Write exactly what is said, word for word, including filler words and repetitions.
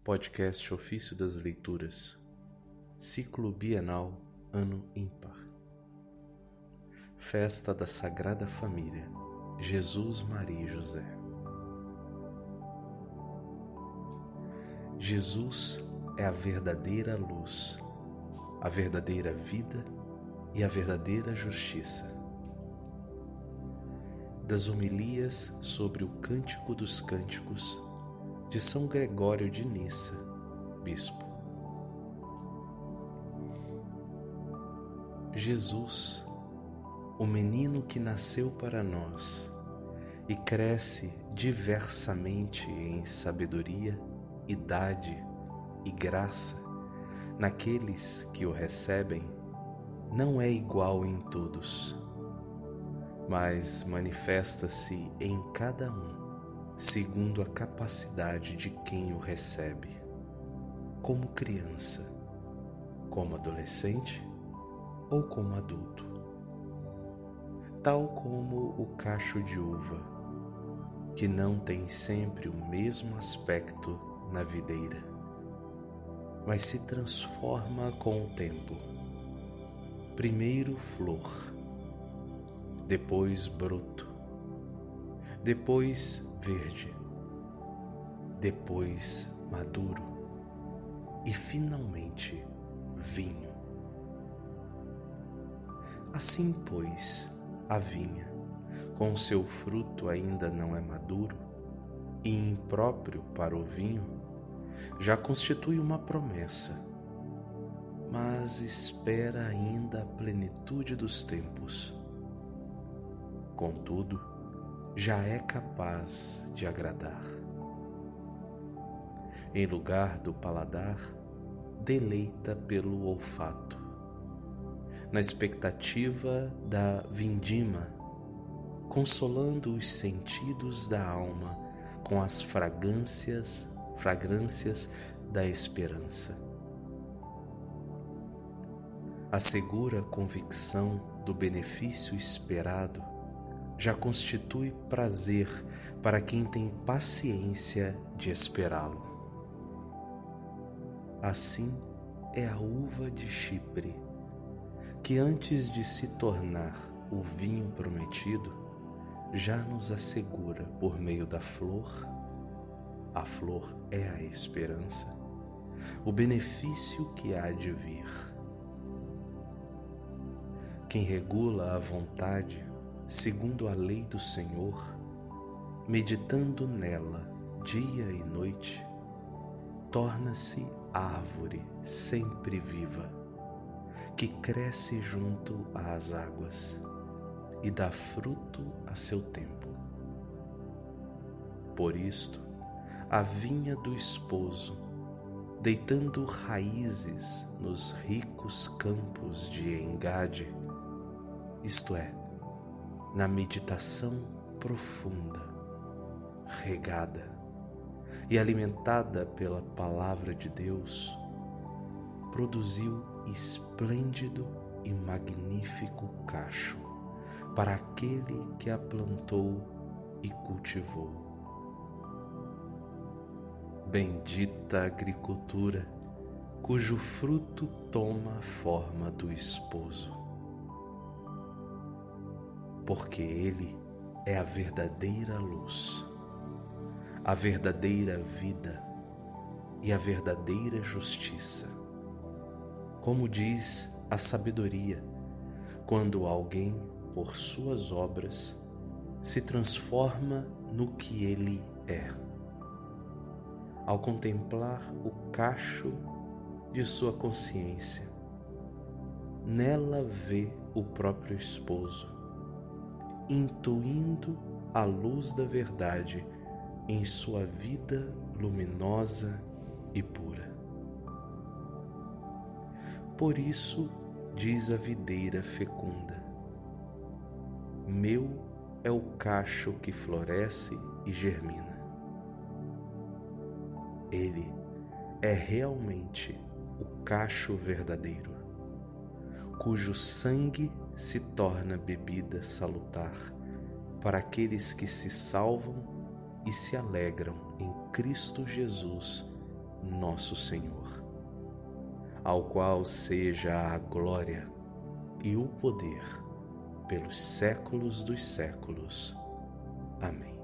Podcast Ofício das Leituras, Ciclo Bienal, Ano Ímpar. Festa da Sagrada Família, Jesus, Maria e José. Jesus é a verdadeira luz, a verdadeira vida e a verdadeira justiça. Das homilias sobre o Cântico dos Cânticos de São Gregório de Nissa, Bispo. Jesus, o menino que nasceu para nós e cresce diversamente em sabedoria, idade e graça naqueles que o recebem, não é igual em todos, mas manifesta-se em cada um, segundo a capacidade de quem o recebe, como criança, como adolescente ou como adulto. Tal como o cacho de uva, que não tem sempre o mesmo aspecto na videira, mas se transforma com o tempo. Primeiro flor, depois broto, depois verde, depois maduro e finalmente vinho. Assim, pois, a vinha, com seu fruto ainda não é maduro e impróprio para o vinho, já constitui uma promessa, mas espera ainda a plenitude dos tempos. Contudo, já é capaz de agradar. Em lugar do paladar, deleita pelo olfato, na expectativa da vindima, consolando os sentidos da alma com as fragrâncias, fragrâncias da esperança. A segura convicção do benefício esperado já constitui prazer para quem tem paciência de esperá-lo. Assim é a uva de Chipre, que antes de se tornar o vinho prometido, já nos assegura por meio da flor, a flor é a esperança, o benefício que há de vir. Quem regula a vontade segundo a lei do Senhor, meditando nela dia e noite, torna-se árvore sempre viva, que cresce junto às águas e dá fruto a seu tempo. Por isto, a vinha do esposo, deitando raízes nos ricos campos de Engade, isto é, na meditação profunda, regada e alimentada pela Palavra de Deus, produziu esplêndido e magnífico cacho para aquele que a plantou e cultivou. Bendita agricultura, cujo fruto toma a forma do esposo, porque ele é a verdadeira luz, a verdadeira vida e a verdadeira justiça. Como diz a sabedoria, quando alguém, por suas obras, se transforma no que ele é. Ao contemplar o cacho de sua consciência, nela vê o próprio esposo, intuindo a luz da verdade em sua vida luminosa e pura. Por isso, diz a videira fecunda: meu é o cacho que floresce e germina. Ele é realmente o cacho verdadeiro, cujo sangue se torna bebida salutar para aqueles que se salvam e se alegram em Cristo Jesus nosso Senhor, ao qual seja a glória e o poder pelos séculos dos séculos. Amém.